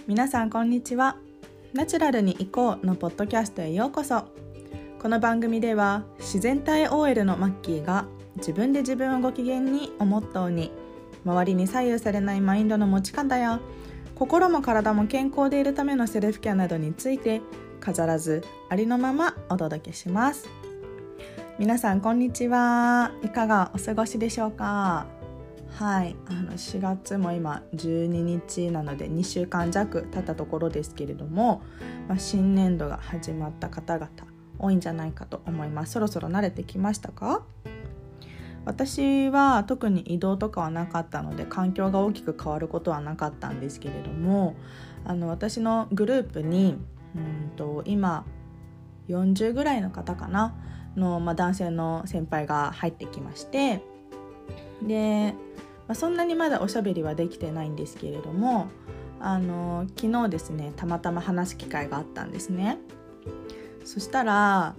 皆さんこんにちは。ナチュラルに行こうのポッドキャストへようこそ。この番組では自然体 OL のマッキーが自分で自分をご機嫌にをモットーに、周りに左右されないマインドの持ち方や心も体も健康でいるためのセルフケアなどについて飾らずありのままお届けします。皆さんこんにちは。いかがお過ごしでしょうか。はい、4月も今12日なので2週間弱経ったところですけれども、新年度が始まった方々多いんじゃないかと思います。そろそろ慣れてきましたか？私は特に移動とかはなかったので環境が大きく変わることはなかったんですけれども、私のグループに今40ぐらいの方かなの、男性の先輩が入ってきまして、で、そんなにまだおしゃべりはできてないんですけれども、昨日ですねたまたま話す機会があったんですね。そしたら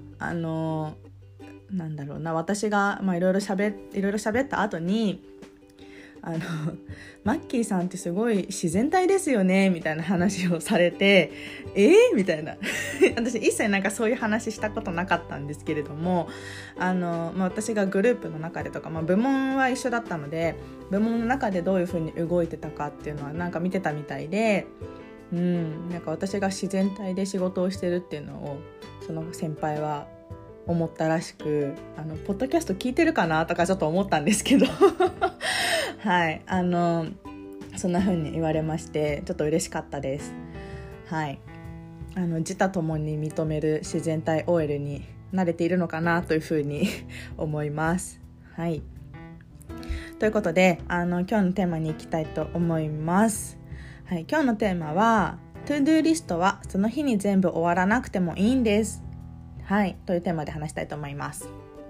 私がいろいろ喋った後にマッキーさんってすごい自然体ですよねみたいな話をされて、みたいな私一切そういう話したことなかったんですけれども、私がグループの中でとか、部門は一緒だったので部門の中でどういう風に動いてたかっていうのは見てたみたいで、私が自然体で仕事をしてるっていうのをその先輩は思ったらしく、ポッドキャスト聞いてるかなとかちょっと思ったんですけどはい、そんな風に言われましてちょっと嬉しかったです。はい、自他ともに認める自然体 OL に慣れているのかなという風に思います。はい、ということで今日のテーマに行きたいと思います。はい、今日のテーマは To-do リストはその日に全部終わらなくてもいいんです。はい、というテーマで話したいと思います。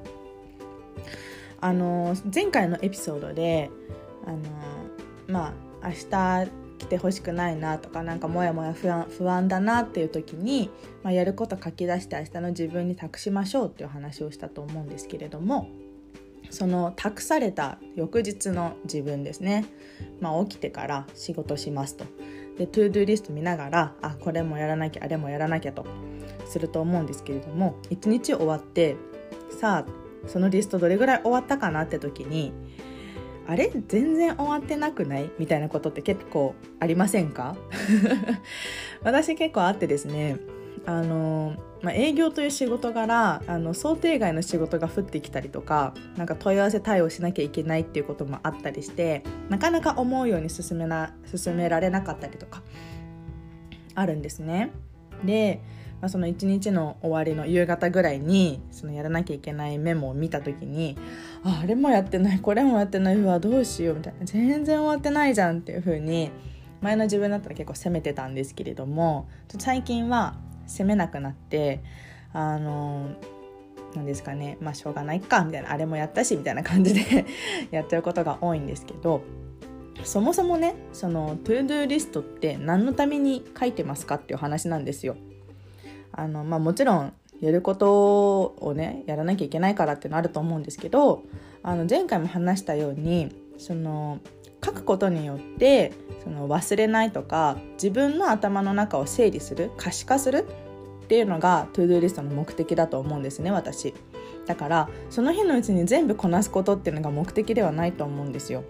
前回のエピソードで明日来てほしくないなとかもやもや不安だなっていう時に、やること書き出して明日の自分に託しましょうっていう話をしたと思うんですけれども、その託された翌日の自分ですね、起きてから仕事しますと。で To-do リスト見ながらこれもやらなきゃあれもやらなきゃとすると思うんですけれども、1日終わってさあそのリストどれぐらい終わったかなって時に全然終わってなくないみたいなことって結構ありませんか？私結構あってですね、営業という仕事柄想定外の仕事が降ってきたりとか問い合わせ対応しなきゃいけないっていうこともあったりして、なかなか思うように進められなかったりとかあるんですね。でその1日の終わりの夕方ぐらいにそのやらなきゃいけないメモを見た時にあれもやってないこれもやってない、うわどうしようみたいな、全然終わってないじゃんっていう風に前の自分だったら結構責めてたんですけれども、最近は責めなくなってなんですかね、しょうがないかみたいな、あれもやったしみたいな感じでやってることが多いんですけど、そもそもねその To-do リストって何のために書いてますかっていう話なんですよ。もちろんやることをねやらなきゃいけないからってのあると思うんですけど、前回も話したようにその書くことによってその忘れないとか自分の頭の中を整理する可視化するっていうのが To-do リストの目的だと思うんですね、私。だからその日のうちに全部こなすことっていうのが目的ではないと思うんですよ。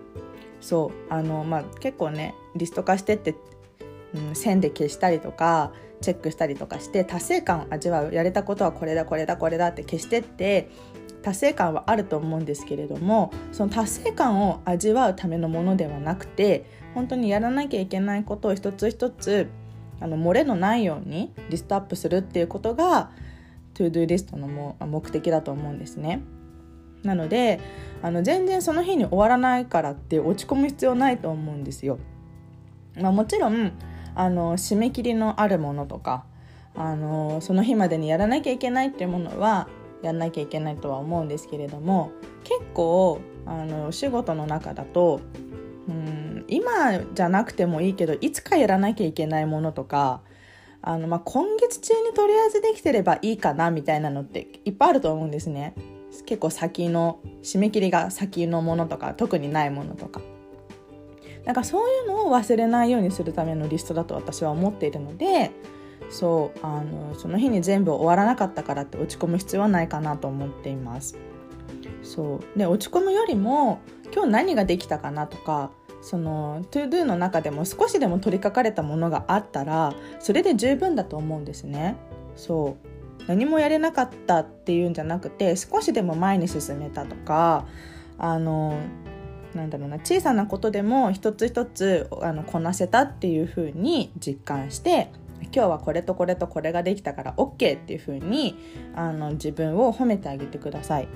そう結構ねリスト化してって、線で消したりとかチェックしたりとかして達成感を味わう、やれたことはこれだこれだこれだって消してって達成感はあると思うんですけれども、その達成感を味わうためのものではなくて、本当にやらなきゃいけないことを一つ一つ漏れのないようにリストアップするっていうことが To-do リストの目的だと思うんですね。なので全然その日に終わらないからって落ち込む必要ないと思うんですよ。もちろん締め切りのあるものとかその日までにやらなきゃいけないっていうものはやらなきゃいけないとは思うんですけれども、結構お仕事の中だと今じゃなくてもいいけどいつかやらなきゃいけないものとか今月中にとりあえずできてればいいかなみたいなのっていっぱいあると思うんですね。結構先の締め切りが先のものとか特にないものとかなんかそういうのを忘れないようにするためのリストだと私は思っているので、その日に全部終わらなかったからって落ち込む必要はないかなと思っています。そうで、落ち込むよりも今日何ができたかなとか、その ToDo の中でも少しでも取り掛かれたものがあったらそれで十分だと思うんですね。そう何もやれなかったっていうんじゃなくて、少しでも前に進めたとか、なんだろうな、小さなことでも一つ一つこなせたっていう風に実感して、今日はこれとこれとこれができたから OK っていう風に自分を褒めてあげてください。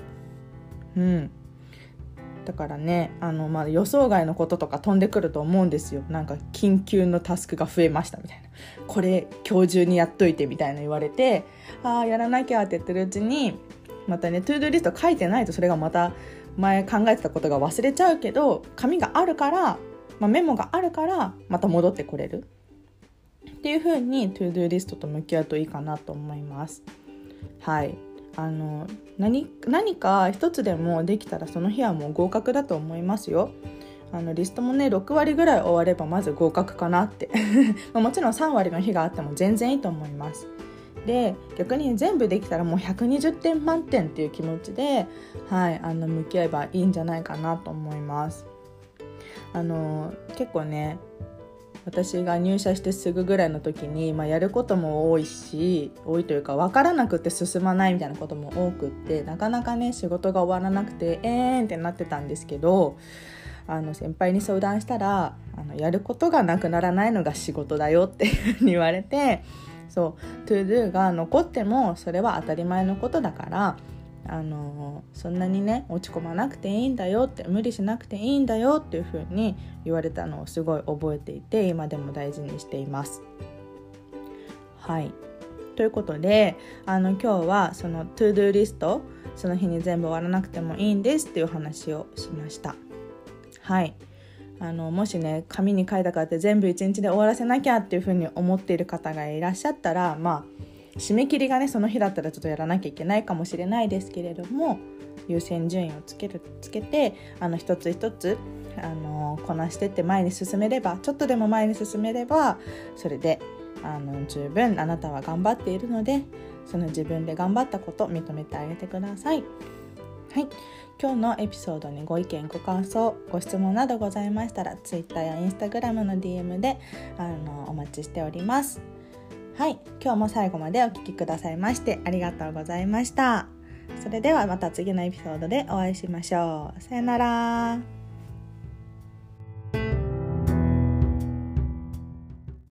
だからね、予想外のこととか飛んでくると思うんですよ。なんか緊急のタスクが増えましたみたいな、これ今日中にやっといてみたいな言われて、やらなきゃって言ってるうちにまたね、トゥードゥリスト書いてないとそれがまた前考えてたことが忘れちゃうけど、紙があるから、メモがあるからまた戻ってこれるっていう風にトゥードゥリストと向き合うといいかなと思います。はい、何か一つでもできたらその日はもう合格だと思いますよ。リストもね6割ぐらい終わればまず合格かなってもちろん3割の日があっても全然いいと思います。で、逆に全部できたらもう120点満点っていう気持ちで、向き合えばいいんじゃないかなと思います。結構ね、私が入社してすぐぐらいの時に、やることも多いというか分からなくて進まないみたいなことも多くって、なかなかね仕事が終わらなくてってなってたんですけど、先輩に相談したらやることがなくならないのが仕事だよっていうふうに言われて、そう ToDo が残ってもそれは当たり前のことだから、そんなにね落ち込まなくていいんだよって、無理しなくていいんだよっていう風に言われたのをすごい覚えていて、今でも大事にしています。はい、ということで今日はその ToDo リスト、その日に全部終わらなくてもいいんですっていう話をしました。はい、もしね紙に書いたからって全部1日で終わらせなきゃっていう風に思っている方がいらっしゃったら、締め切りがねその日だったらちょっとやらなきゃいけないかもしれないですけれども、優先順位をつけて一つ一つこなしてって前に進めれば、ちょっとでも前に進めればそれで十分あなたは頑張っているので、その自分で頑張ったことを認めてあげてください。はい、今日のエピソードにご意見ご感想ご質問などございましたら Twitter や Instagram の DM でお待ちしております。はい、今日も最後までお聞きくださいましてありがとうございました。それではまた次のエピソードでお会いしましょう。さよなら。